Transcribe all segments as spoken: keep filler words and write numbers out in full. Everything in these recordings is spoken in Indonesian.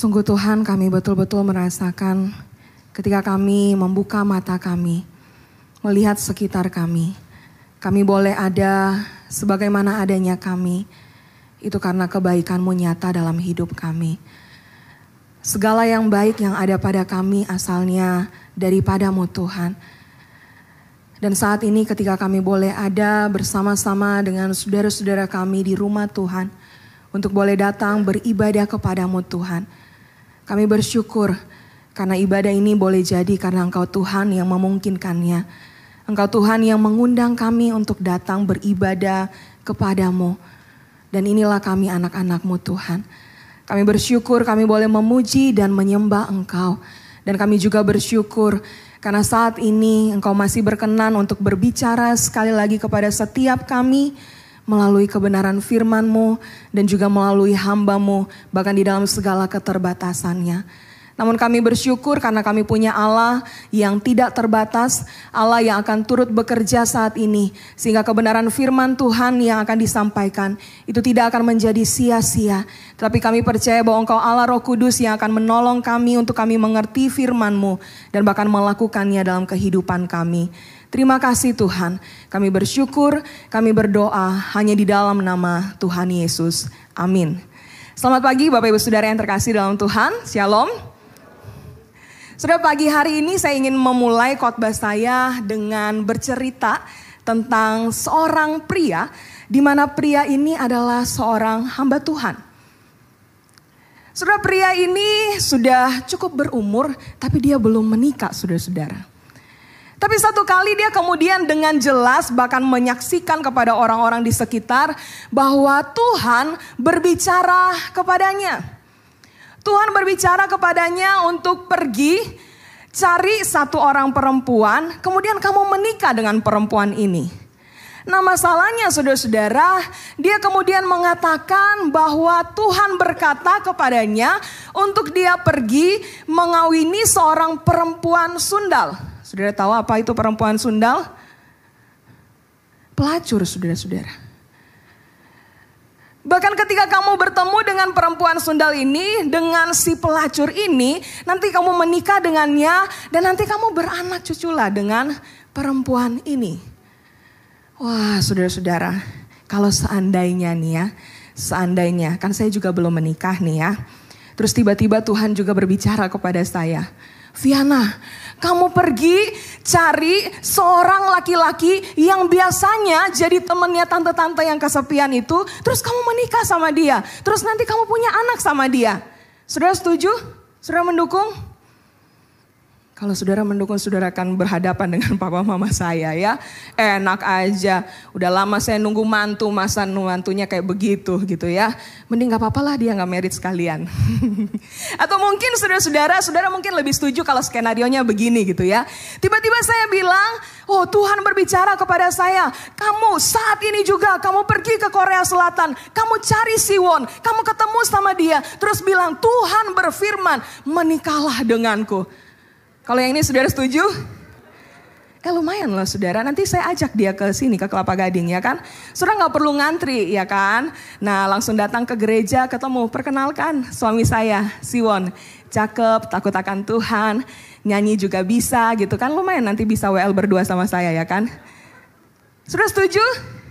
Sungguh Tuhan, kami betul-betul merasakan ketika kami membuka mata kami, melihat sekitar kami. Kami boleh ada sebagaimana adanya kami, itu karena kebaikan-Mu nyata dalam hidup kami. Segala yang baik yang ada pada kami asalnya daripada-Mu Tuhan. Dan saat ini ketika kami boleh ada bersama-sama dengan saudara-saudara kami di rumah Tuhan, untuk boleh datang beribadah kepada-Mu Tuhan. Kami bersyukur karena ibadah ini boleh jadi karena Engkau Tuhan yang memungkinkannya. Engkau Tuhan yang mengundang kami untuk datang beribadah kepada-Mu. Dan inilah kami anak-anak-Mu Tuhan. Kami bersyukur kami boleh memuji dan menyembah Engkau. Dan kami juga bersyukur karena saat ini Engkau masih berkenan untuk berbicara sekali lagi kepada setiap kami melalui kebenaran firman-Mu dan juga melalui hamba-Mu, bahkan di dalam segala keterbatasannya. Namun kami bersyukur karena kami punya Allah yang tidak terbatas, Allah yang akan turut bekerja saat ini, sehingga kebenaran firman Tuhan yang akan disampaikan itu tidak akan menjadi sia-sia. Tapi kami percaya bahwa Engkau Allah Roh Kudus yang akan menolong kami untuk kami mengerti firman-Mu dan bahkan melakukannya dalam kehidupan kami. Terima kasih Tuhan, kami bersyukur, kami berdoa hanya di dalam nama Tuhan Yesus. Amin. Selamat pagi Bapak Ibu Saudara yang terkasih dalam Tuhan, Shalom. Saudara, pagi hari ini saya ingin memulai khotbah saya dengan bercerita tentang seorang pria, di mana pria ini adalah seorang hamba Tuhan. Saudara, pria ini sudah cukup berumur, tapi dia belum menikah, saudara-saudara. Tapi satu kali dia kemudian dengan jelas bahkan menyaksikan kepada orang-orang di sekitar bahwa Tuhan berbicara kepadanya. Tuhan berbicara kepadanya untuk pergi cari satu orang perempuan, kemudian kamu menikah dengan perempuan ini. Nah masalahnya saudara-saudara, dia kemudian mengatakan bahwa Tuhan berkata kepadanya untuk dia pergi mengawini seorang perempuan sundal. Saudara tahu apa itu perempuan sundal? Pelacur, saudara-saudara. Bahkan ketika kamu bertemu dengan perempuan sundal ini, dengan si pelacur ini, nanti kamu menikah dengannya dan nanti kamu beranak cuculah dengan perempuan ini. Wah, saudara-saudara, kalau seandainya nih ya, seandainya, kan saya juga belum menikah nih ya. Terus tiba-tiba Tuhan juga berbicara kepada saya, Viana, kamu pergi cari seorang laki-laki yang biasanya jadi temannya tante-tante yang kesepian itu. Terus kamu menikah sama dia. Terus nanti kamu punya anak sama dia. Saudara setuju? Saudara mendukung? Kalau saudara mendukung, saudara akan berhadapan dengan papa mama saya ya. Enak aja. Udah lama saya nunggu mantu, masa mantunya kayak begitu gitu ya. Mending gak apa-apa lah dia gak merit sekalian. Atau mungkin saudara-saudara, saudara mungkin lebih setuju kalau skenarionya begini gitu ya. Tiba-tiba saya bilang, oh Tuhan berbicara kepada saya. Kamu saat ini juga, kamu pergi ke Korea Selatan. Kamu cari Siwon, kamu ketemu sama dia. Terus bilang, Tuhan berfirman, menikahlah denganku. Kalau yang ini saudara setuju? Eh lumayan loh saudara, nanti saya ajak dia ke sini, ke Kelapa Gading ya kan. Saudara gak perlu ngantri ya kan. Nah langsung datang ke gereja, ketemu, perkenalkan suami saya, Siwon. Cakep, takut akan Tuhan, nyanyi juga bisa gitu kan. Lumayan nanti bisa W L berdua sama saya ya kan. Saudara setuju?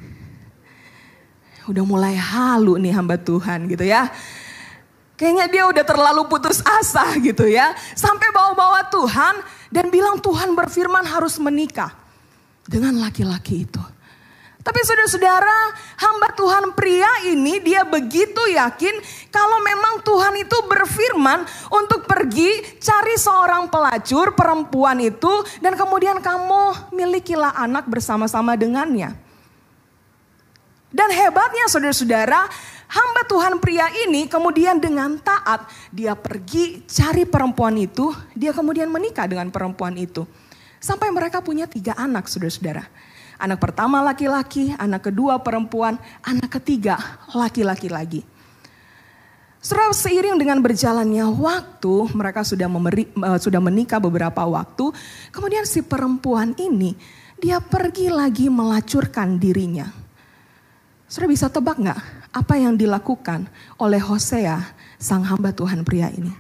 Udah mulai halu nih hamba Tuhan gitu ya. Kayaknya dia udah terlalu putus asa gitu ya. Sampai bawa-bawa Tuhan dan bilang Tuhan berfirman harus menikah dengan laki-laki itu. Tapi saudara-saudara, hamba Tuhan pria ini dia begitu yakin kalau memang Tuhan itu berfirman untuk pergi cari seorang pelacur perempuan itu. Dan kemudian kamu milikilah anak bersama-sama dengannya. Dan hebatnya saudara-saudara, hamba Tuhan pria ini kemudian dengan taat dia pergi cari perempuan itu, dia kemudian menikah dengan perempuan itu. Sampai mereka punya tiga anak saudara-saudara. Anak pertama laki-laki, anak kedua perempuan, anak ketiga laki-laki lagi. Setelah seiring dengan berjalannya waktu, mereka sudah, memberi, uh, sudah menikah beberapa waktu. Kemudian si perempuan ini dia pergi lagi melacurkan dirinya. Saudara bisa tebak gak apa yang dilakukan oleh Hosea, sang hamba Tuhan pria ini?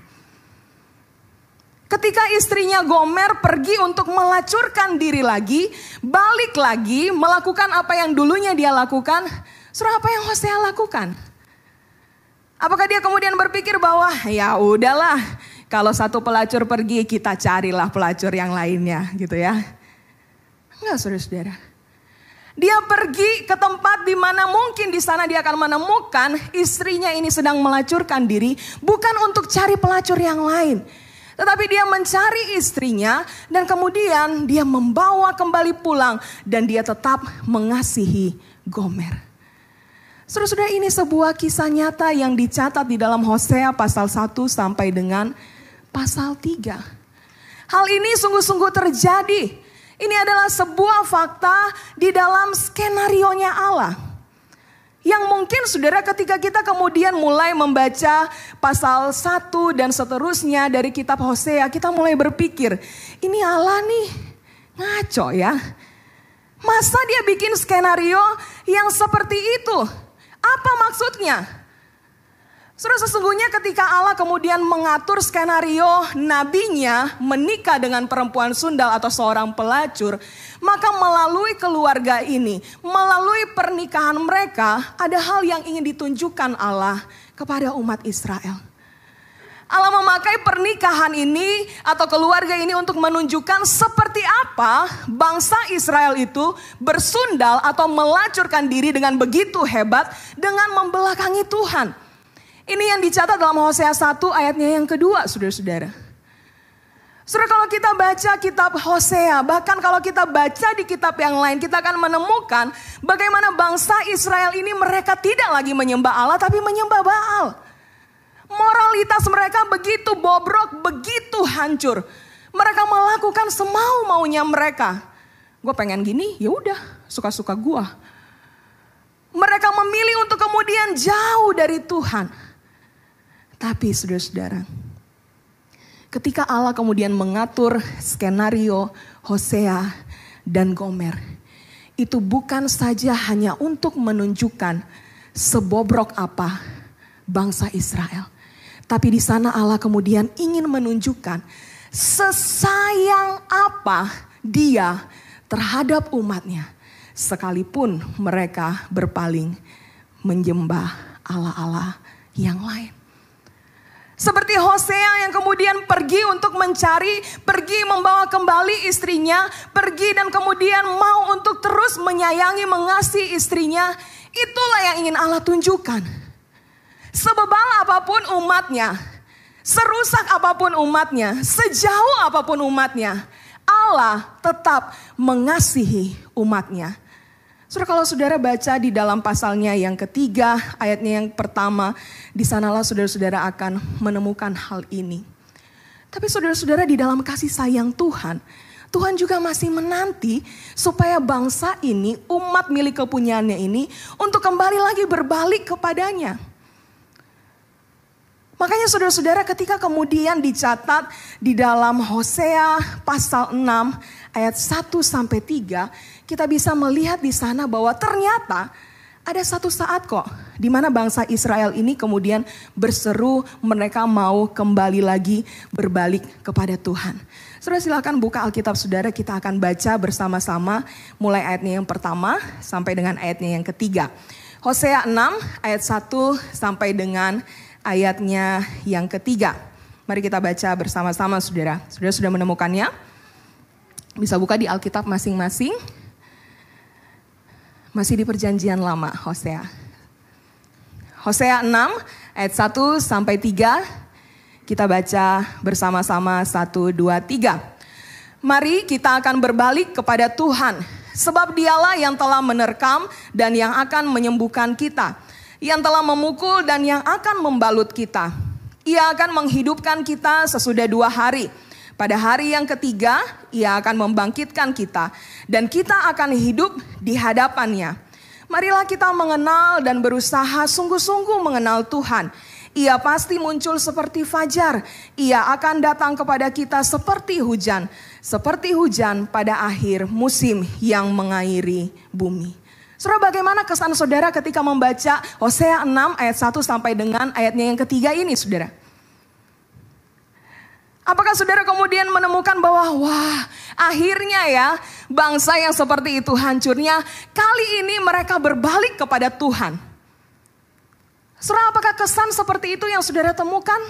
Ketika istrinya Gomer pergi untuk melacurkan diri lagi, balik lagi melakukan apa yang dulunya dia lakukan, saudara, apa yang Hosea lakukan? Apakah dia kemudian berpikir bahwa ya udahlah, kalau satu pelacur pergi, kita carilah pelacur yang lainnya gitu ya. Enggak, saudara-saudara. Dia pergi ke tempat di mana mungkin di sana dia akan menemukan istrinya ini sedang melacurkan diri. Bukan untuk cari pelacur yang lain. Tetapi dia mencari istrinya dan kemudian dia membawa kembali pulang. Dan dia tetap mengasihi Gomer. Saudara-saudara, ini sebuah kisah nyata yang dicatat di dalam Hosea pasal satu sampai dengan pasal tiga. Hal ini sungguh-sungguh terjadi. Ini adalah sebuah fakta di dalam skenarionya Allah. Yang mungkin saudara ketika kita kemudian mulai membaca pasal satu dan seterusnya dari kitab Hosea, kita mulai berpikir, ini Allah nih ngaco ya. Masa dia bikin skenario yang seperti itu? Apa maksudnya? Saudara, sesungguhnya ketika Allah kemudian mengatur skenario nabinya menikah dengan perempuan sundal atau seorang pelacur, maka melalui keluarga ini, melalui pernikahan mereka, ada hal yang ingin ditunjukkan Allah kepada umat Israel. Allah memakai pernikahan ini atau keluarga ini untuk menunjukkan seperti apa bangsa Israel itu bersundal atau melacurkan diri dengan begitu hebat dengan membelakangi Tuhan. Ini yang dicatat dalam Hosea satu ayatnya yang kedua, saudara-saudara. Saudara, kalau kita baca kitab Hosea, bahkan kalau kita baca di kitab yang lain, kita akan menemukan bagaimana bangsa Israel ini mereka tidak lagi menyembah Allah, tapi menyembah Baal. Moralitas mereka begitu bobrok, begitu hancur. Mereka melakukan semau-maunya mereka. Gue pengen gini, ya udah, suka-suka gue. Mereka memilih untuk kemudian jauh dari Tuhan. Tapi saudara-saudara, ketika Allah kemudian mengatur skenario Hosea dan Gomer, itu bukan saja hanya untuk menunjukkan sebobrok apa bangsa Israel. Tapi di sana Allah kemudian ingin menunjukkan sesayang apa Dia terhadap umatnya. Sekalipun mereka berpaling menyembah Allah-Allah yang lain. Seperti Hosea yang kemudian pergi untuk mencari, pergi membawa kembali istrinya, pergi dan kemudian mau untuk terus menyayangi, mengasihi istrinya. Itulah yang ingin Allah tunjukkan. Sebebal apapun umatnya, serusak apapun umatnya, sejauh apapun umatnya, Allah tetap mengasihi umatnya. Saudara, kalau saudara baca di dalam pasalnya yang ketiga, ayatnya yang pertama, di sanalah saudara-saudara akan menemukan hal ini. Tapi saudara-saudara, di dalam kasih sayang Tuhan, Tuhan juga masih menanti supaya bangsa ini, umat milik kepunyaannya ini, untuk kembali lagi berbalik kepadanya. Makanya saudara-saudara, ketika kemudian dicatat di dalam Hosea pasal enam ayat satu sampai tiga, kita bisa melihat di sana bahwa ternyata ada satu saat kok di mana bangsa Israel ini kemudian berseru mereka mau kembali lagi berbalik kepada Tuhan. Saudara, silakan buka Alkitab saudara, kita akan baca bersama-sama mulai ayatnya yang pertama sampai dengan ayatnya yang ketiga. Hosea enam ayat satu sampai dengan ayatnya yang ketiga. Mari kita baca bersama-sama saudara. Saudara sudah menemukannya? Bisa buka di Alkitab masing-masing. Masih di perjanjian lama Hosea. Hosea enam ayat satu sampai tiga. Kita baca bersama-sama satu, dua, tiga. Mari kita akan berbalik kepada Tuhan. Sebab Dialah yang telah menerkam dan yang akan menyembuhkan kita. Yang telah memukul dan yang akan membalut kita. Ia akan menghidupkan kita sesudah dua hari. Pada hari yang ketiga, Ia akan membangkitkan kita. Dan kita akan hidup di hadapannya. Marilah kita mengenal dan berusaha sungguh-sungguh mengenal Tuhan. Ia pasti muncul seperti fajar. Ia akan datang kepada kita seperti hujan. Seperti hujan pada akhir musim yang mengairi bumi. Saudara, bagaimana kesan saudara ketika membaca Hosea enam ayat satu sampai dengan ayatnya yang ketiga ini, saudara? Apakah saudara kemudian menemukan bahwa wah, akhirnya ya bangsa yang seperti itu hancurnya, kali ini mereka berbalik kepada Tuhan. Saudara, apakah kesan seperti itu yang saudara temukan?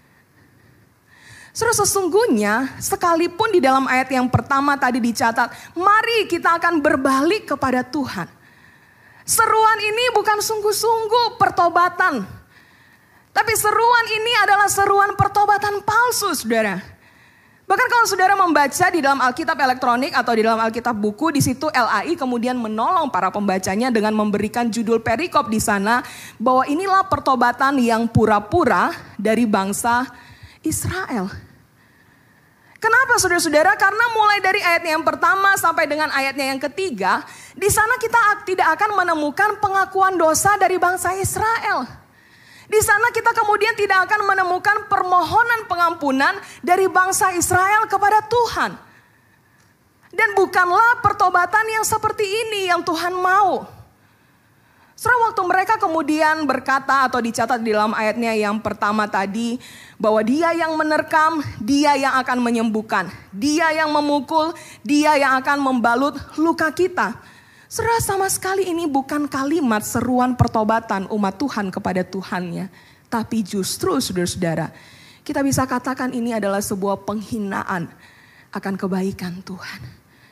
Saudara, sesungguhnya sekalipun di dalam ayat yang pertama tadi dicatat, mari kita akan berbalik kepada Tuhan. Seruan ini bukan sungguh-sungguh pertobatan. Tapi seruan ini adalah seruan pertobatan palsu, saudara. Bahkan kalau saudara membaca di dalam Alkitab elektronik atau di dalam Alkitab buku, di situ L A I kemudian menolong para pembacanya dengan memberikan judul perikop di sana, bahwa inilah pertobatan yang pura-pura dari bangsa Israel. Kenapa saudara-saudara? Karena mulai dari ayatnya yang pertama sampai dengan ayatnya yang ketiga, di sana kita tidak akan menemukan pengakuan dosa dari bangsa Israel. Di sana kita kemudian tidak akan menemukan permohonan pengampunan dari bangsa Israel kepada Tuhan. Dan bukanlah pertobatan yang seperti ini yang Tuhan mau. Setelah waktu mereka kemudian berkata atau dicatat di dalam ayatnya yang pertama tadi, bahwa dia yang menerkam, dia yang akan menyembuhkan. Dia yang memukul, dia yang akan membalut luka kita. Saudara, sama sekali ini bukan kalimat seruan pertobatan umat Tuhan kepada Tuhannya. Tapi justru saudara-saudara, kita bisa katakan ini adalah sebuah penghinaan akan kebaikan Tuhan.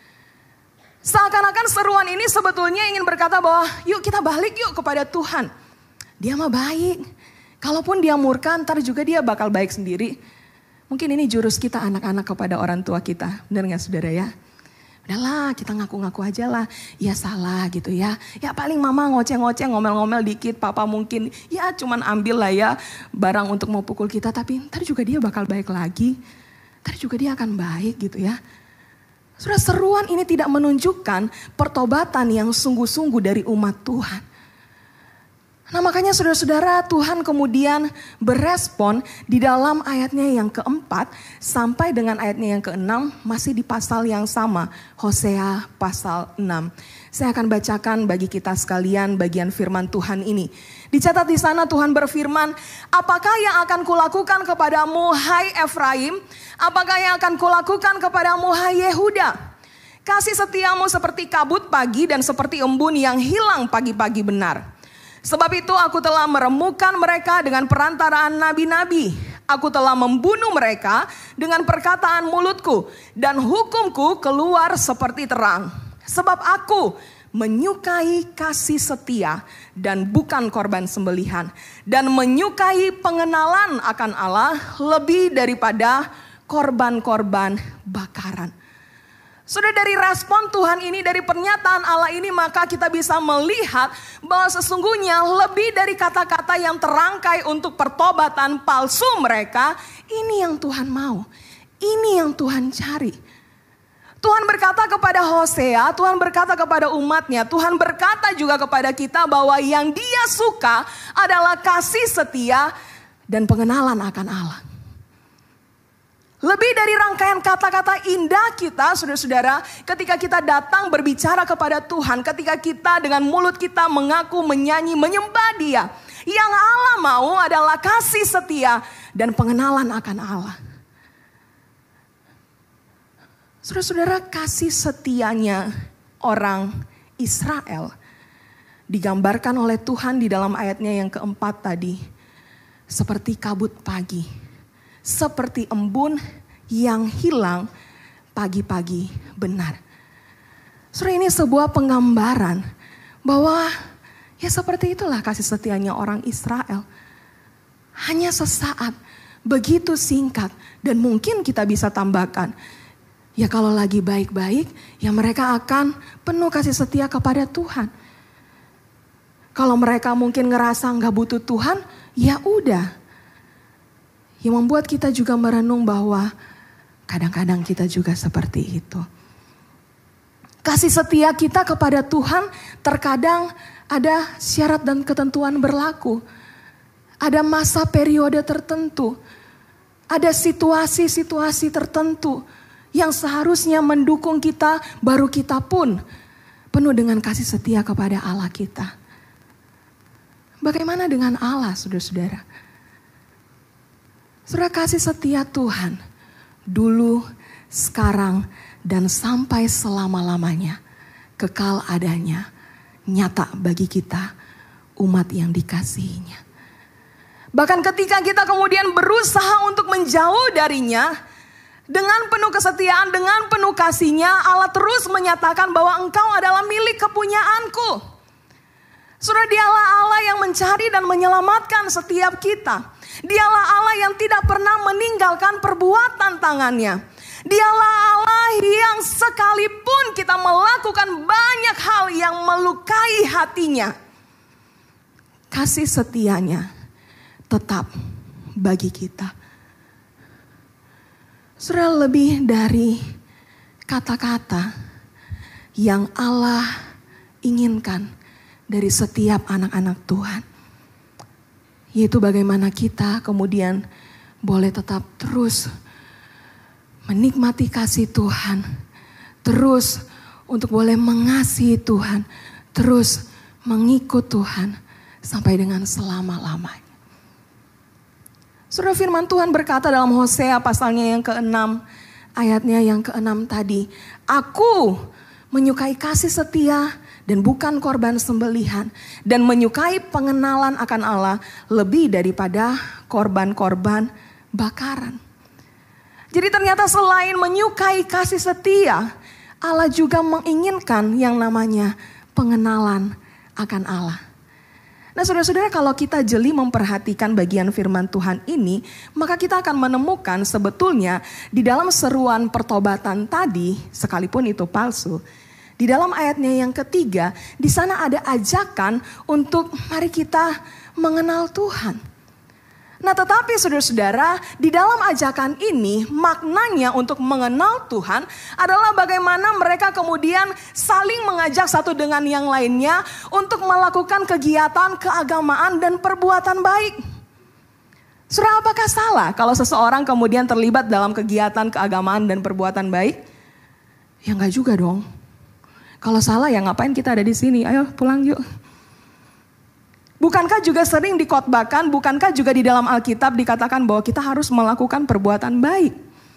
Seakan-akan seruan ini sebetulnya ingin berkata bahwa yuk kita balik yuk kepada Tuhan. Dia mah baik. Kalaupun dia murka, ntar juga dia bakal baik sendiri. Mungkin ini jurus kita anak-anak kepada orang tua kita. Benar gak saudara ya? Udahlah kita ngaku-ngaku aja lah. Ya salah gitu ya. Ya paling mama ngoceh-ngoceh ngomel-ngomel dikit. Papa mungkin ya cuman ambil lah ya barang untuk mau pukul kita. Tapi ntar juga dia bakal baik lagi. Ntar juga dia akan baik gitu ya. Saudara, seruan ini tidak menunjukkan pertobatan yang sungguh-sungguh dari umat Tuhan. Nah makanya saudara-saudara, Tuhan kemudian berespon di dalam ayatnya yang keempat sampai dengan ayatnya yang keenam, masih di pasal yang sama, Hosea pasal enam. Saya akan bacakan bagi kita sekalian bagian firman Tuhan ini. Dicatat di sana Tuhan berfirman, apakah yang akan kulakukan kepadamu hai Efraim? Apakah yang akan kulakukan kepadamu hai Yehuda? Kasih setiamu seperti kabut pagi dan seperti embun yang hilang pagi-pagi benar. Sebab itu aku telah meremukkan mereka dengan perantaraan nabi-nabi. Aku telah membunuh mereka dengan perkataan mulutku. Dan hukumku keluar seperti terang. Sebab aku menyukai kasih setia dan bukan korban sembelihan. Dan menyukai pengenalan akan Allah lebih daripada korban-korban bakaran. Sudah dari respon Tuhan ini, dari pernyataan Allah ini, maka kita bisa melihat bahwa sesungguhnya lebih dari kata-kata yang terangkai untuk pertobatan palsu mereka, ini yang Tuhan mau, ini yang Tuhan cari. Tuhan berkata kepada Hosea, Tuhan berkata kepada umatnya, Tuhan berkata juga kepada kita bahwa yang Dia suka adalah kasih setia dan pengenalan akan Allah. Lebih dari rangkaian kata-kata indah kita, saudara-saudara, ketika kita datang berbicara kepada Tuhan, ketika kita dengan mulut kita mengaku, menyanyi, menyembah Dia. Yang Allah mau adalah kasih setia dan pengenalan akan Allah. Saudara-saudara, kasih setianya orang Israel digambarkan oleh Tuhan di dalam ayatnya yang keempat tadi. Seperti kabut pagi. Seperti embun yang hilang pagi-pagi benar. Saudara, ini sebuah penggambaran bahwa ya seperti itulah kasih setianya orang Israel. Hanya sesaat, begitu singkat, dan mungkin kita bisa tambahkan, ya kalau lagi baik-baik, ya mereka akan penuh kasih setia kepada Tuhan. Kalau mereka mungkin ngerasa nggak butuh Tuhan, ya udah. Yang membuat kita juga merenung bahwa kadang-kadang kita juga seperti itu. Kasih setia kita kepada Tuhan terkadang ada syarat dan ketentuan berlaku. Ada masa periode tertentu. Ada situasi-situasi tertentu yang seharusnya mendukung kita, baru kita pun penuh dengan kasih setia kepada Allah kita. Bagaimana dengan Allah, saudara-saudara? Saudara, kasih setia Tuhan dulu, sekarang, dan sampai selama-lamanya, kekal adanya, nyata bagi kita umat yang dikasihinya. Bahkan ketika kita kemudian berusaha untuk menjauh darinya, dengan penuh kesetiaan, dengan penuh kasihnya, Allah terus menyatakan bahwa engkau adalah milik kepunyaanku. Saudara, dialah Allah yang mencari dan menyelamatkan setiap kita. Dialah Allah yang tidak pernah meninggalkan perbuatan tangannya. Dialah Allah yang sekalipun kita melakukan banyak hal yang melukai hatinya, kasih setianya tetap bagi kita. Saudara, lebih dari kata-kata yang Allah inginkan dari setiap anak-anak Tuhan, yaitu bagaimana kita kemudian boleh tetap terus menikmati kasih Tuhan, terus untuk boleh mengasihi Tuhan, terus mengikut Tuhan sampai dengan selama-lamanya. Saudara, firman Tuhan berkata dalam Hosea pasalnya yang keenam, ayatnya yang keenam tadi, aku menyukai kasih setia dan bukan korban sembelihan, dan menyukai pengenalan akan Allah lebih daripada korban-korban bakaran. Jadi ternyata selain menyukai kasih setia, Allah juga menginginkan yang namanya pengenalan akan Allah. Nah, saudara-saudara, kalau kita jeli memperhatikan bagian firman Tuhan ini, maka kita akan menemukan sebetulnya di dalam seruan pertobatan tadi, sekalipun itu palsu, di dalam ayatnya yang ketiga, di sana ada ajakan untuk mari kita mengenal Tuhan. Nah, tetapi saudara-saudara, di dalam ajakan ini maknanya untuk mengenal Tuhan adalah bagaimana mereka kemudian saling mengajak satu dengan yang lainnya untuk melakukan kegiatan keagamaan dan perbuatan baik. Saudara, apakah salah kalau seseorang kemudian terlibat dalam kegiatan keagamaan dan perbuatan baik? Ya enggak juga dong. Kalau salah ya ngapain kita ada di sini? Ayo pulang yuk. Bukankah juga sering dikhotbahkan, bukankah juga di dalam Alkitab dikatakan bahwa kita harus melakukan perbuatan baik?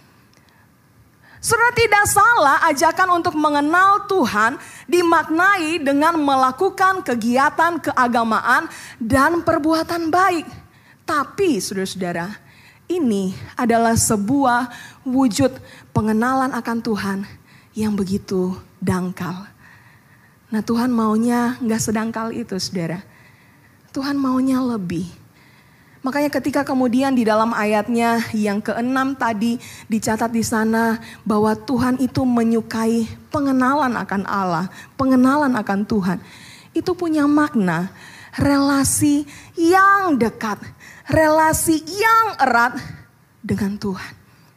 Saudara, tidak salah ajakan untuk mengenal Tuhan dimaknai dengan melakukan kegiatan keagamaan dan perbuatan baik. Tapi saudara-saudara, ini adalah sebuah wujud pengenalan akan Tuhan yang begitu dangkal. Nah, Tuhan maunya gak sedangkal itu, saudara. Tuhan maunya lebih. Makanya ketika kemudian di dalam ayatnya yang keenam tadi dicatat di sana bahwa Tuhan itu menyukai pengenalan akan Allah, pengenalan akan Tuhan. Itu punya makna relasi yang dekat, relasi yang erat dengan Tuhan.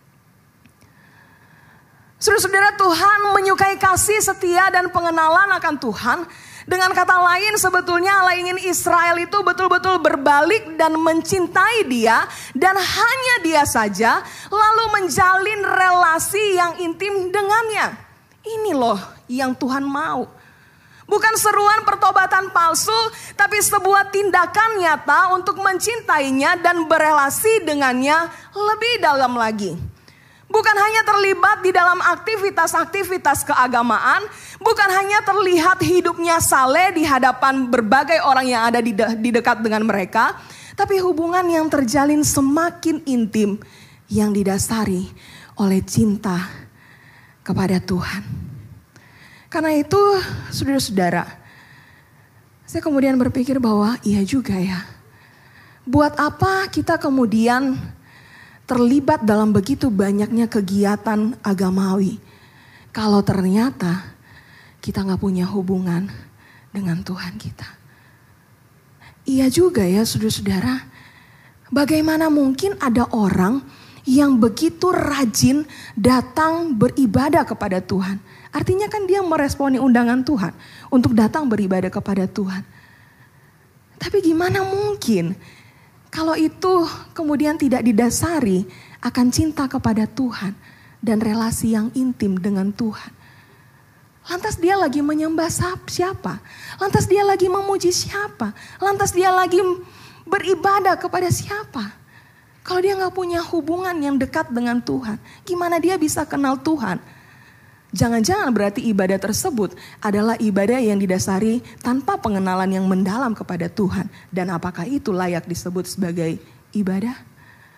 Saudara-saudara, Tuhan menyukai kasih setia dan pengenalan akan Tuhan. Dengan kata lain, sebetulnya Allah ingin Israel itu betul-betul berbalik dan mencintai dia. Dan hanya dia saja, lalu menjalin relasi yang intim dengannya. Ini loh yang Tuhan mau. Bukan seruan pertobatan palsu, tapi sebuah tindakan nyata untuk mencintainya dan berelasi dengannya lebih dalam lagi. Bukan hanya terlibat di dalam aktivitas-aktivitas keagamaan, bukan hanya terlihat hidupnya saleh di hadapan berbagai orang yang ada di, de- di dekat dengan mereka, tapi hubungan yang terjalin semakin intim yang didasari oleh cinta kepada Tuhan. Karena itu, saudara-saudara, saya kemudian berpikir bahwa iya juga ya. Buat apa kita kemudian terlibat dalam begitu banyaknya kegiatan agamawi kalau ternyata kita gak punya hubungan dengan Tuhan kita. Iya juga ya saudara-saudara, bagaimana mungkin ada orang yang begitu rajin datang beribadah kepada Tuhan. Artinya kan dia meresponi undangan Tuhan untuk datang beribadah kepada Tuhan. Tapi gimana mungkin kalau itu kemudian tidak didasari akan cinta kepada Tuhan dan relasi yang intim dengan Tuhan. Lantas dia lagi menyembah siapa? Lantas dia lagi memuji siapa? Lantas dia lagi beribadah kepada siapa? Kalau dia gak punya hubungan yang dekat dengan Tuhan, gimana dia bisa kenal Tuhan? Jangan-jangan berarti ibadah tersebut adalah ibadah yang didasari tanpa pengenalan yang mendalam kepada Tuhan. Dan apakah itu layak disebut sebagai ibadah?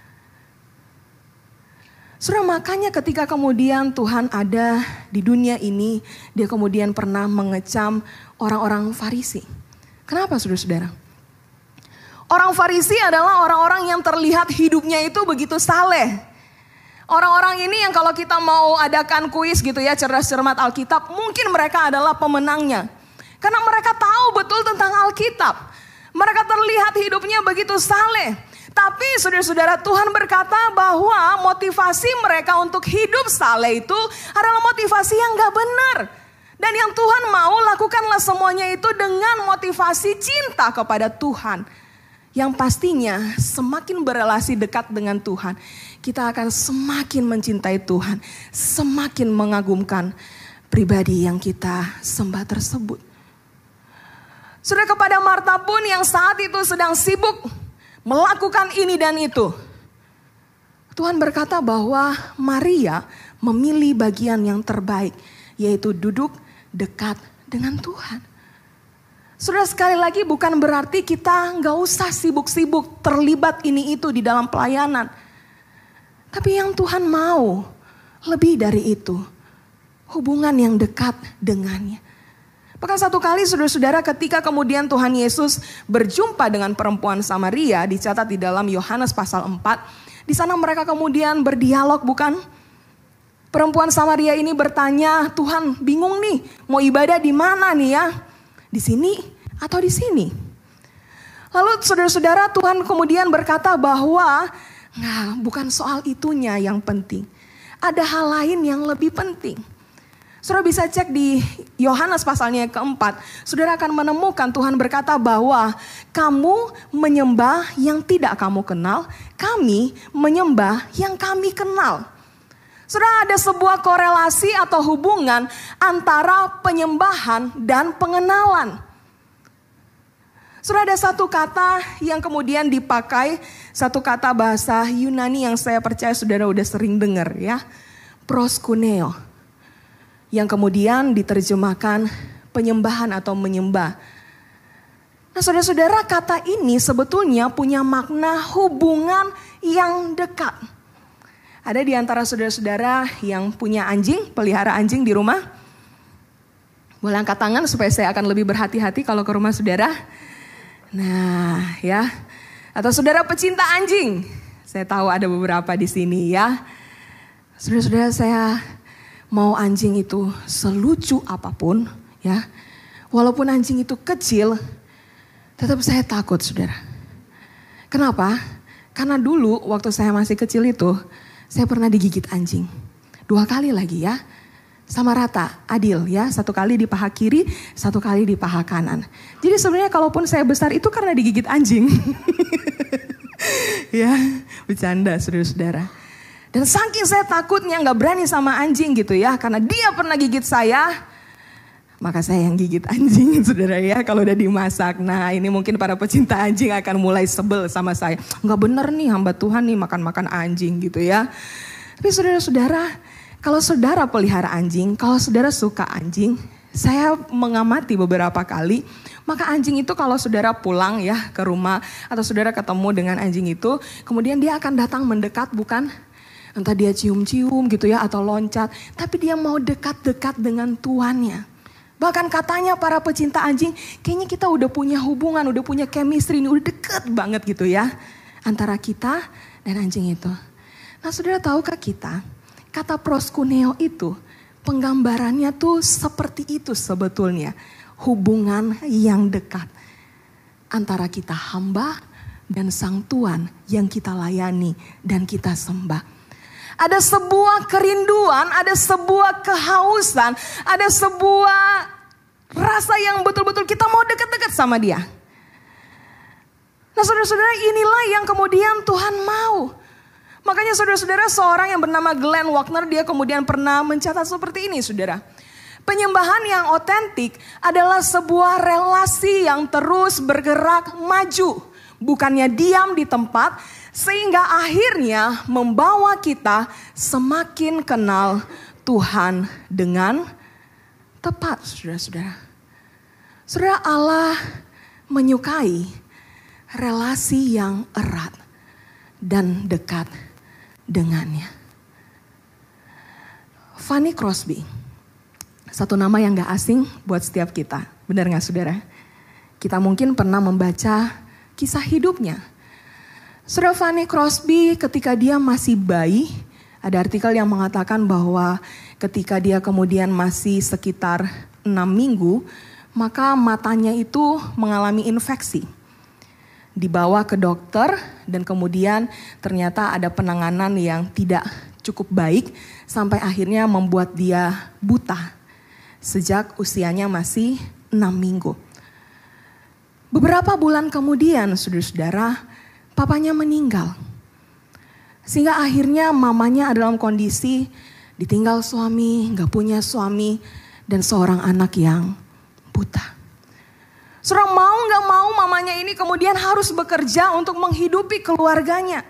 Saudara, makanya ketika kemudian Tuhan ada di dunia ini, dia kemudian pernah mengecam orang-orang Farisi. Kenapa saudara-saudara? Orang Farisi adalah orang-orang yang terlihat hidupnya itu begitu saleh. Orang-orang ini yang kalau kita mau adakan kuis gitu ya, cerdas cermat Alkitab, mungkin mereka adalah pemenangnya. Karena mereka tahu betul tentang Alkitab. Mereka terlihat hidupnya begitu saleh. Tapi saudara-saudara, Tuhan berkata bahwa motivasi mereka untuk hidup saleh itu adalah motivasi yang gak benar. Dan yang Tuhan mau, lakukanlah semuanya itu dengan motivasi cinta kepada Tuhan. Yang pastinya semakin berelasi dekat dengan Tuhan, kita akan semakin mencintai Tuhan, semakin mengagumkan pribadi yang kita sembah tersebut. Saudara, kepada Marta pun yang saat itu sedang sibuk melakukan ini dan itu, Tuhan berkata bahwa Maria memilih bagian yang terbaik, yaitu duduk dekat dengan Tuhan. Saudara, sekali lagi bukan berarti kita gak usah sibuk-sibuk terlibat ini itu di dalam pelayanan. Tapi yang Tuhan mau lebih dari itu, hubungan yang dekat dengannya. Bahkan satu kali saudara-saudara, ketika kemudian Tuhan Yesus berjumpa dengan perempuan Samaria, dicatat di dalam Yohanes pasal empat. Di sana mereka kemudian berdialog, bukan? Perempuan Samaria ini bertanya, Tuhan bingung nih, mau ibadah di mana nih ya? Di sini atau di sini? Lalu saudara-saudara, Tuhan kemudian berkata bahwa nah, bukan soal itunya yang penting. Ada hal lain yang lebih penting. Saudara bisa cek di Yohanes pasalnya yang keempat. Saudara akan menemukan Tuhan berkata bahwa kamu menyembah yang tidak kamu kenal, kami menyembah yang kami kenal. Saudara, ada sebuah korelasi atau hubungan antara penyembahan dan pengenalan. Saudara, ada satu kata yang kemudian dipakai, satu kata bahasa Yunani yang saya percaya saudara udah sering dengar ya. Proskuneo. Yang kemudian diterjemahkan penyembahan atau menyembah. Nah saudara-saudara, kata ini sebetulnya punya makna hubungan yang dekat. Ada di antara saudara-saudara yang punya anjing, pelihara anjing di rumah? Boleh angkat tangan supaya saya akan lebih berhati-hati kalau ke rumah saudara. Nah ya, atau saudara pecinta anjing. Saya tahu ada beberapa di sini ya. Saudara-saudara, saya mau anjing itu selucu apapun ya. Walaupun anjing itu kecil, tetap saya takut saudara. Kenapa? Karena dulu waktu saya masih kecil itu, saya pernah digigit anjing. Dua kali lagi ya. Sama rata, adil ya. Satu kali di paha kiri, satu kali di paha kanan. Jadi sebenarnya kalaupun saya besar itu karena digigit anjing. Ya, bercanda saudara-saudara. Dan saking saya takutnya gak berani sama anjing gitu ya. Karena dia pernah gigit saya, maka saya yang gigit anjing saudara ya. Kalau udah dimasak. Nah ini mungkin para pecinta anjing akan mulai sebel sama saya. Gak bener nih hamba Tuhan nih makan-makan anjing gitu ya. Tapi saudara-saudara, kalau saudara pelihara anjing, kalau saudara suka anjing, saya mengamati beberapa kali. Maka anjing itu kalau saudara pulang ya ke rumah atau saudara ketemu dengan anjing itu, kemudian dia akan datang mendekat, bukan? Entah dia cium-cium gitu ya atau loncat. Tapi dia mau dekat-dekat dengan tuannya. Bahkan katanya para pecinta anjing, kayaknya kita udah punya hubungan, udah punya chemistry, udah deket banget gitu ya. Antara kita dan anjing itu. Nah saudara, tahukah kita, kata proskuneo itu, penggambarannya tuh seperti itu sebetulnya. Hubungan yang dekat. Antara kita hamba dan sang tuan yang kita layani dan kita sembah. Ada sebuah kerinduan, ada sebuah kehausan, ada sebuah rasa yang betul-betul kita mau dekat-dekat sama dia. Nah saudara-saudara, inilah yang kemudian Tuhan mau. Makanya saudara-saudara, seorang yang bernama Glenn Wagner, dia kemudian pernah mencatat seperti ini saudara. Penyembahan yang otentik adalah sebuah relasi yang terus bergerak maju, bukannya diam di tempat, sehingga akhirnya membawa kita semakin kenal Tuhan dengan tepat, saudara-saudara. Saudara, Allah menyukai relasi yang erat dan dekat dengannya. Fanny Crosby, satu nama yang gak asing buat setiap kita. Benar gak saudara? Kita mungkin pernah membaca kisah hidupnya. Saudara, Fanny Crosby ketika dia masih bayi, ada artikel yang mengatakan bahwa ketika dia kemudian masih sekitar enam minggu, maka matanya itu mengalami infeksi. Dibawa ke dokter dan kemudian ternyata ada penanganan yang tidak cukup baik sampai akhirnya membuat dia buta sejak usianya masih enam minggu. Beberapa bulan kemudian, saudara-saudara, papanya meninggal. Sehingga akhirnya mamanya dalam kondisi ditinggal suami, gak punya suami, dan seorang anak yang buta. Saudara, mau gak mau mamanya ini kemudian harus bekerja untuk menghidupi keluarganya.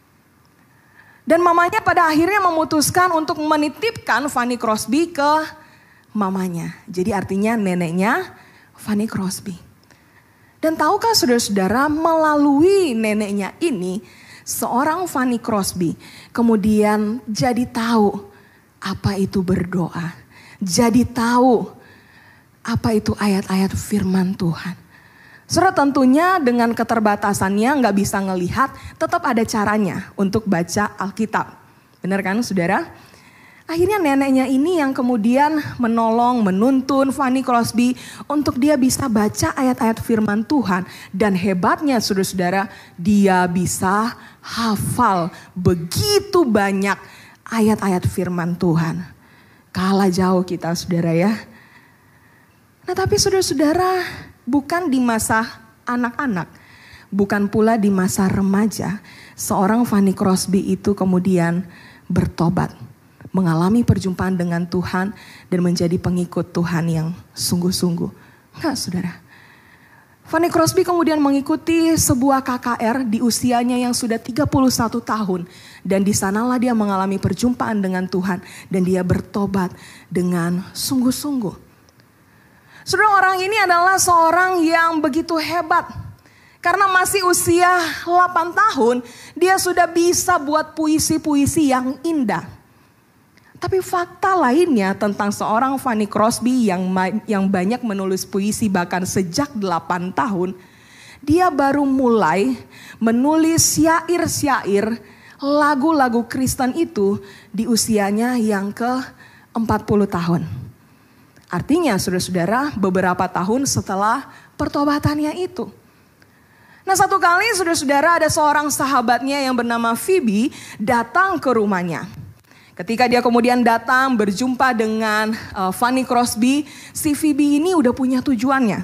Dan mamanya pada akhirnya memutuskan untuk menitipkan Fanny Crosby ke mamanya. Jadi artinya neneknya Fanny Crosby. Dan tahukah saudara-saudara, melalui neneknya ini, seorang Fanny Crosby kemudian jadi tahu apa itu berdoa. Jadi tahu apa itu ayat-ayat firman Tuhan. Saudara, tentunya dengan keterbatasannya nggak bisa ngelihat, tetap ada caranya untuk baca Alkitab. Benar kan saudara? Akhirnya neneknya ini yang kemudian menolong, menuntun Fanny Crosby untuk dia bisa baca ayat-ayat firman Tuhan. Dan hebatnya saudara-saudara, dia bisa hafal begitu banyak ayat-ayat firman Tuhan. Kalah jauh kita saudara ya. Nah tapi saudara-saudara, bukan di masa anak-anak, bukan pula di masa remaja, seorang Fanny Crosby itu kemudian bertobat, mengalami perjumpaan dengan Tuhan dan menjadi pengikut Tuhan yang sungguh-sungguh. Enggak saudara. Fanny Crosby kemudian mengikuti sebuah K K R di usianya yang sudah tiga puluh satu tahun. Dan di sanalah dia mengalami perjumpaan dengan Tuhan dan dia bertobat dengan sungguh-sungguh. Saudara, orang ini adalah seorang yang begitu hebat. Karena masih usia delapan tahun, dia sudah bisa buat puisi-puisi yang indah. Tapi fakta lainnya tentang seorang Fanny Crosby yang yang banyak menulis puisi bahkan sejak delapan tahun, dia baru mulai menulis syair-syair, lagu-lagu Kristen itu di usianya yang ke empat puluh tahun. Artinya saudara-saudara, beberapa tahun setelah pertobatannya itu. Nah satu kali saudara-saudara, ada seorang sahabatnya yang bernama Phoebe datang ke rumahnya. Ketika dia kemudian datang berjumpa dengan uh, Fanny Crosby, si Phoebe ini udah punya tujuannya.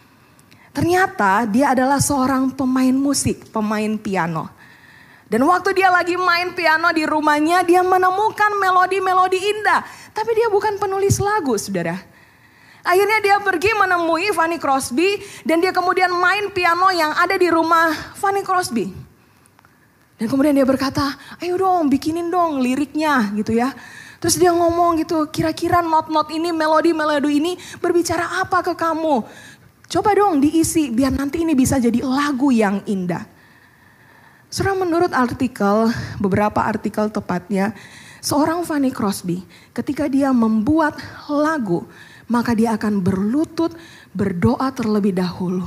Ternyata dia adalah seorang pemain musik, pemain piano. Dan waktu dia lagi main piano di rumahnya, dia menemukan melodi-melodi indah. Tapi dia bukan penulis lagu, saudara. Akhirnya dia pergi menemui Fanny Crosby dan dia kemudian main piano yang ada di rumah Fanny Crosby. Dan kemudian dia berkata, ayo dong bikinin dong liriknya gitu ya. Terus dia ngomong gitu, kira-kira not-not ini, melodi-melodi ini berbicara apa ke kamu? Coba dong diisi biar nanti ini bisa jadi lagu yang indah. Saudara, menurut artikel, beberapa artikel tepatnya, seorang Fanny Crosby ketika dia membuat lagu, maka dia akan berlutut, berdoa terlebih dahulu.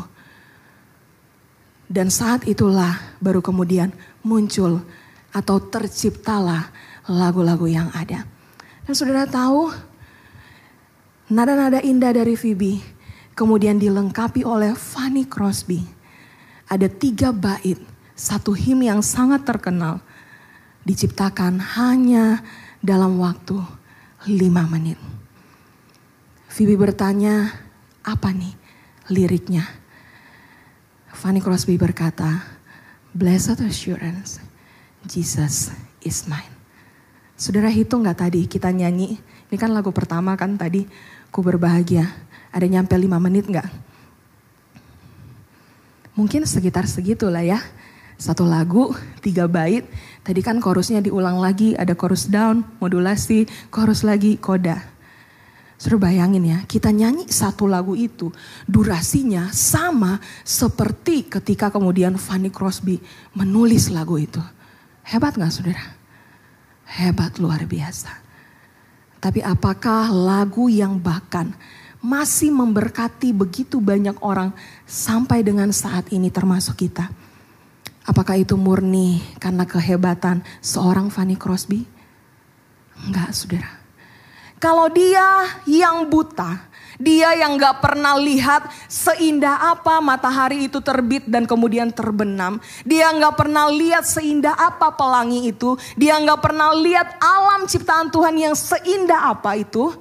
Dan saat itulah baru kemudian muncul atau terciptalah lagu-lagu yang ada. Dan saudara tahu, nada-nada indah dari Phoebe kemudian dilengkapi oleh Fanny Crosby. Ada tiga bait, satu him yang sangat terkenal, diciptakan hanya dalam waktu lima menit. Phoebe bertanya, apa nih liriknya? Fanny Crosby berkata, Blessed assurance, Jesus is mine. Saudara hitung gak tadi kita nyanyi? Ini kan lagu pertama kan tadi, Ku Berbahagia. Ada nyampe lima menit gak? Mungkin sekitar segitulah ya. Satu lagu, tiga bait. Tadi kan chorusnya diulang lagi, ada chorus down, modulasi, chorus lagi, koda. Saudara bayangin ya, kita nyanyi satu lagu itu, durasinya sama seperti ketika kemudian Fanny Crosby menulis lagu itu. Hebat gak saudara? Hebat luar biasa. Tapi apakah lagu yang bahkan masih memberkati begitu banyak orang sampai dengan saat ini termasuk kita? Apakah itu murni karena kehebatan seorang Fanny Crosby? Enggak saudara. Kalau dia yang buta, dia yang gak pernah lihat seindah apa matahari itu terbit dan kemudian terbenam. Dia gak pernah lihat seindah apa pelangi itu. Dia gak pernah lihat alam ciptaan Tuhan yang seindah apa itu.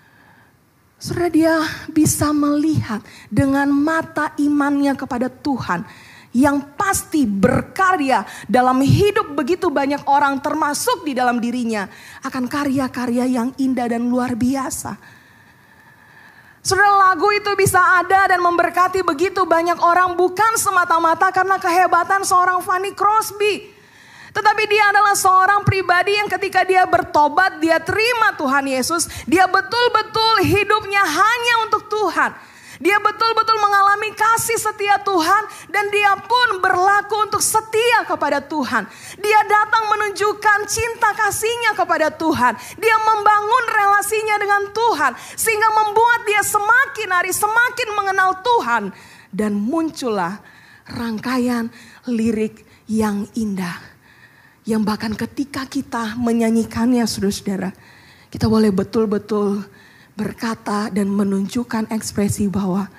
Saudara, dia bisa melihat dengan mata imannya kepada Tuhan yang pasti berkarya dalam hidup begitu banyak orang, termasuk di dalam dirinya, akan karya-karya yang indah dan luar biasa. Saudara, lagu itu bisa ada dan memberkati begitu banyak orang bukan semata-mata karena kehebatan seorang Fanny Crosby. Tetapi dia adalah seorang pribadi yang ketika dia bertobat, dia terima Tuhan Yesus, dia betul-betul hidupnya hanya untuk Tuhan. Dia betul-betul mengalami kasih setia Tuhan dan dia pun berlaku untuk setia kepada Tuhan. Dia datang menunjukkan cinta kasihnya kepada Tuhan. Dia membangun relasinya dengan Tuhan sehingga membuat dia semakin hari semakin mengenal Tuhan. Dan muncullah rangkaian lirik yang indah. Yang bahkan ketika kita menyanyikannya saudara-saudara, kita boleh betul-betul berkata dan menunjukkan ekspresi bahwa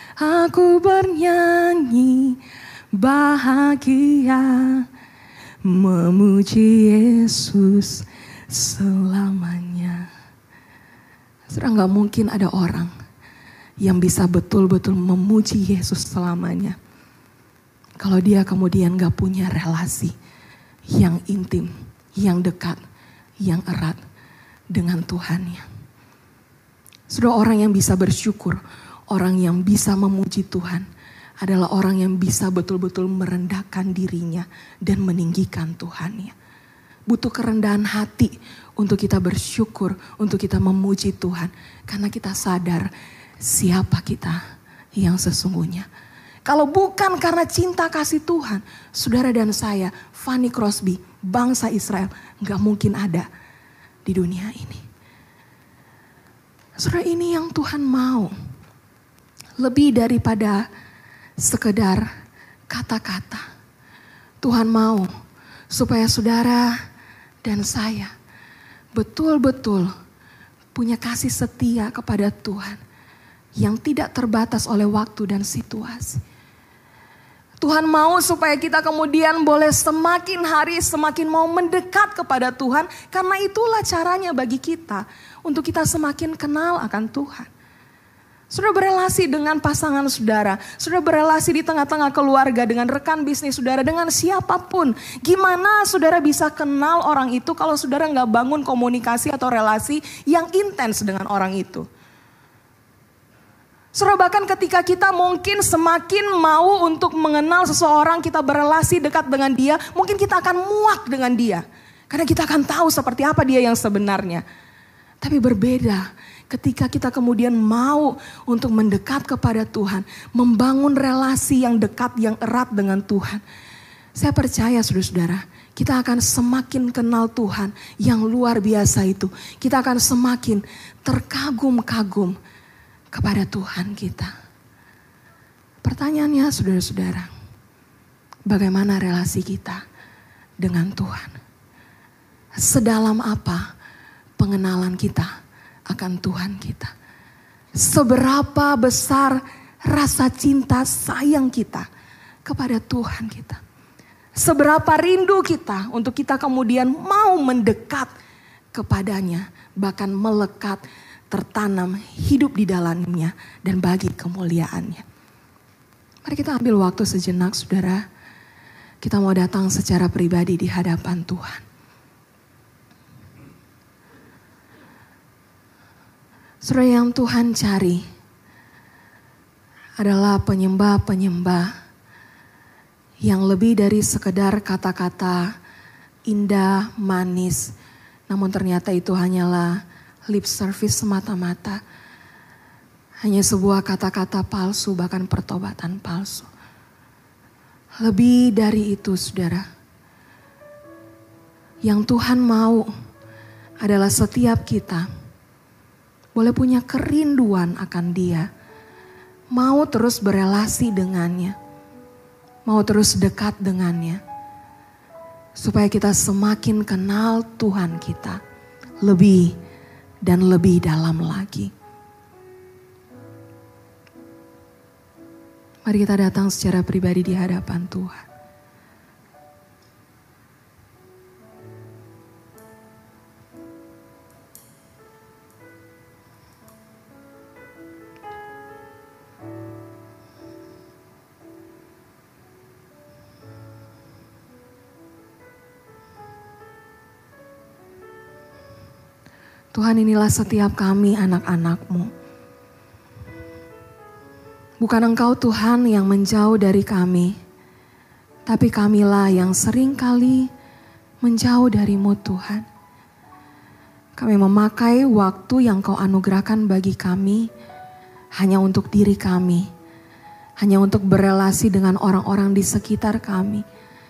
aku bernyanyi bahagia memuji Yesus selamanya. Saudara, gak mungkin ada orang yang bisa betul-betul memuji Yesus selamanya kalau dia kemudian gak punya relasi yang intim, yang dekat, yang erat dengan Tuhannya. Saudara, orang yang bisa bersyukur, orang yang bisa memuji Tuhan adalah orang yang bisa betul-betul merendahkan dirinya dan meninggikan Tuhannya. Butuh kerendahan hati untuk kita bersyukur, untuk kita memuji Tuhan. Karena kita sadar siapa kita yang sesungguhnya. Kalau bukan karena cinta kasih Tuhan, saudara dan saya, Fanny Crosby, bangsa Israel, gak mungkin ada di dunia ini. Saudara, ini yang Tuhan mau. Lebih daripada sekedar kata-kata. Tuhan mau supaya saudara dan saya betul-betul punya kasih setia kepada Tuhan. Yang tidak terbatas oleh waktu dan situasi. Tuhan mau supaya kita kemudian boleh semakin hari semakin mau mendekat kepada Tuhan. Karena itulah caranya bagi kita untuk kita semakin kenal akan Tuhan. Saudara, berelasi dengan pasangan saudara. Saudara, berelasi di tengah-tengah keluarga dengan rekan bisnis saudara, dengan siapapun. Gimana saudara bisa kenal orang itu kalau saudara gak bangun komunikasi atau relasi yang intens dengan orang itu. Saudara, bahkan ketika kita mungkin semakin mau untuk mengenal seseorang, kita berelasi dekat dengan dia, mungkin kita akan muak dengan dia. Karena kita akan tahu seperti apa dia yang sebenarnya. Tapi berbeda ketika kita kemudian mau untuk mendekat kepada Tuhan, membangun relasi yang dekat, yang erat dengan Tuhan. Saya percaya saudara-saudara, kita akan semakin kenal Tuhan yang luar biasa itu. Kita akan semakin terkagum-kagum kepada Tuhan kita. Pertanyaannya saudara-saudara, bagaimana relasi kita dengan Tuhan? Sedalam apa pengenalan kita akan Tuhan kita? Seberapa besar rasa cinta sayang kita kepada Tuhan kita? Seberapa rindu kita untuk kita kemudian mau mendekat kepadanya, bahkan melekat, tertanam, hidup di dalamnya dan bagi kemuliaannya. Mari kita ambil waktu sejenak saudara. Kita mau datang secara pribadi di hadapan Tuhan. Saudara, yang Tuhan cari adalah penyembah-penyembah yang lebih dari sekedar kata-kata indah, manis. Namun ternyata itu hanyalah lip service semata-mata. Hanya sebuah kata-kata palsu, bahkan pertobatan palsu. Lebih dari itu, saudara. Yang Tuhan mau adalah setiap kita boleh punya kerinduan akan Dia. Mau terus berelasi dengannya. Mau terus dekat dengannya. Supaya kita semakin kenal Tuhan kita. Lebih dan lebih dalam lagi. Mari kita datang secara pribadi di hadapan Tuhan. Tuhan, inilah setiap kami anak-anak-Mu. Bukan Engkau Tuhan yang menjauh dari kami, tapi kamilah yang seringkali menjauh dari-Mu Tuhan. Kami memakai waktu yang Kau anugerahkan bagi kami hanya untuk diri kami, hanya untuk berelasi dengan orang-orang di sekitar kami.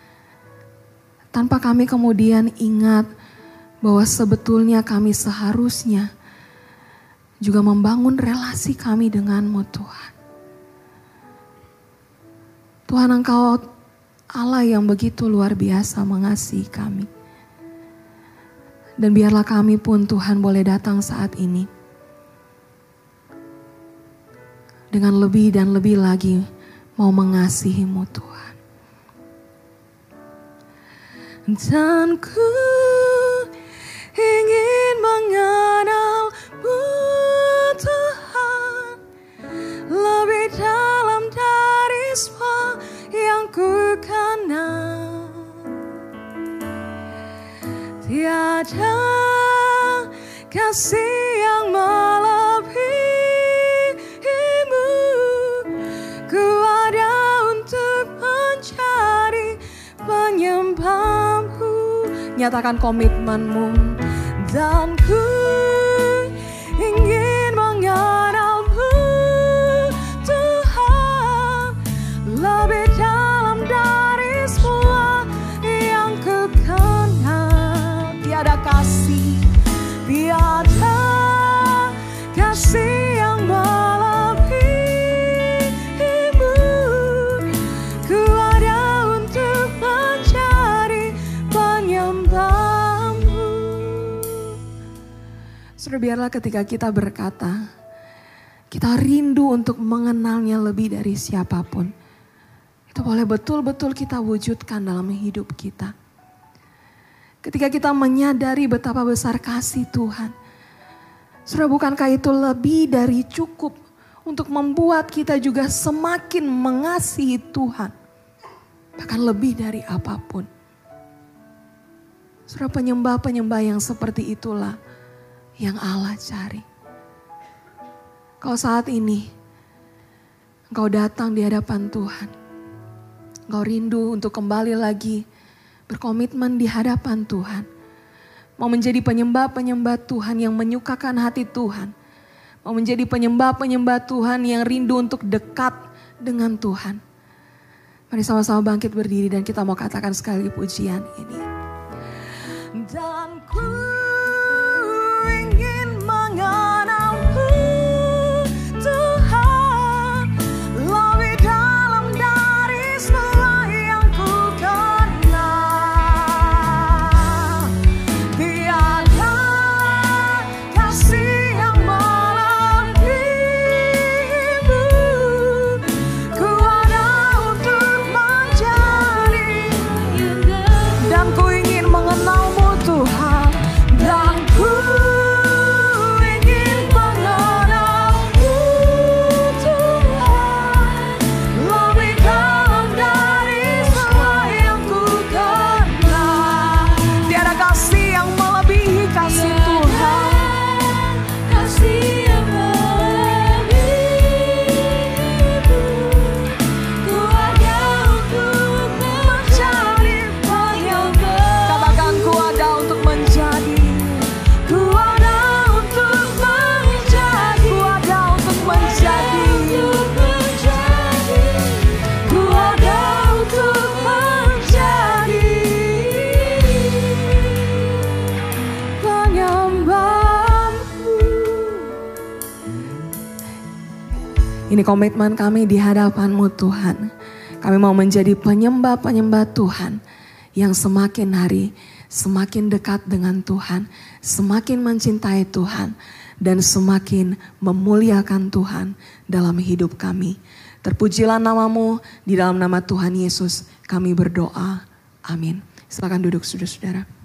Tanpa kami kemudian ingat bahwa sebetulnya kami seharusnya juga membangun relasi kami dengan-Mu Tuhan. Tuhan, Engkau Allah yang begitu luar biasa mengasihi kami. Dan biarlah kami pun Tuhan boleh datang saat ini dengan lebih dan lebih lagi mau mengasihi-Mu Tuhan. Dan ku ingin mengenal-Mu Tuhan lebih dalam dari semua yang ku kenal. Tiada kasih yang melebihi-Mu. Ku ada untuk mencari penyembah-Mu. Nyatakan komitmen-Mu. Dan ku ingin mengenal-Mu Tuhan lebih dalam dari semua yang ku kenal. Tiada kasih, tiada kasih yang melebihi-Mu. Ku ada untuk mencari penyembah-Mu. Saudara, biarlah ketika kita berkata, kita rindu untuk mengenalnya lebih dari siapapun. Itu boleh betul-betul kita wujudkan dalam hidup kita. Ketika kita menyadari betapa besar kasih Tuhan. Saudara, bukankah itu lebih dari cukup untuk membuat kita juga semakin mengasihi Tuhan. Bahkan lebih dari apapun. Saudara, penyembah-penyembah yang seperti itulah yang Allah cari. Kalau saat ini Engkau datang di hadapan Tuhan, Engkau rindu untuk kembali lagi berkomitmen di hadapan Tuhan, mau menjadi penyembah-penyembah Tuhan yang menyukakan hati Tuhan, mau menjadi penyembah-penyembah Tuhan yang rindu untuk dekat dengan Tuhan. Mari sama-sama bangkit berdiri dan kita mau katakan sekali pujian ini. Dan ku ingin mengenal-Mu Tuhan lebih dalam dari semua yang ku kenal. Tiada kasih yang melebihi-Mu. Ku ada untuk mencari dan ku Ini komitmen kami di hadapan-Mu Tuhan. Kami mau menjadi penyembah-penyembah Tuhan yang semakin hari semakin dekat dengan Tuhan, semakin mencintai Tuhan, dan semakin memuliakan Tuhan dalam hidup kami. Terpujilah nama-Mu, di dalam nama Tuhan Yesus kami berdoa. Amin. Silakan duduk saudara-saudara.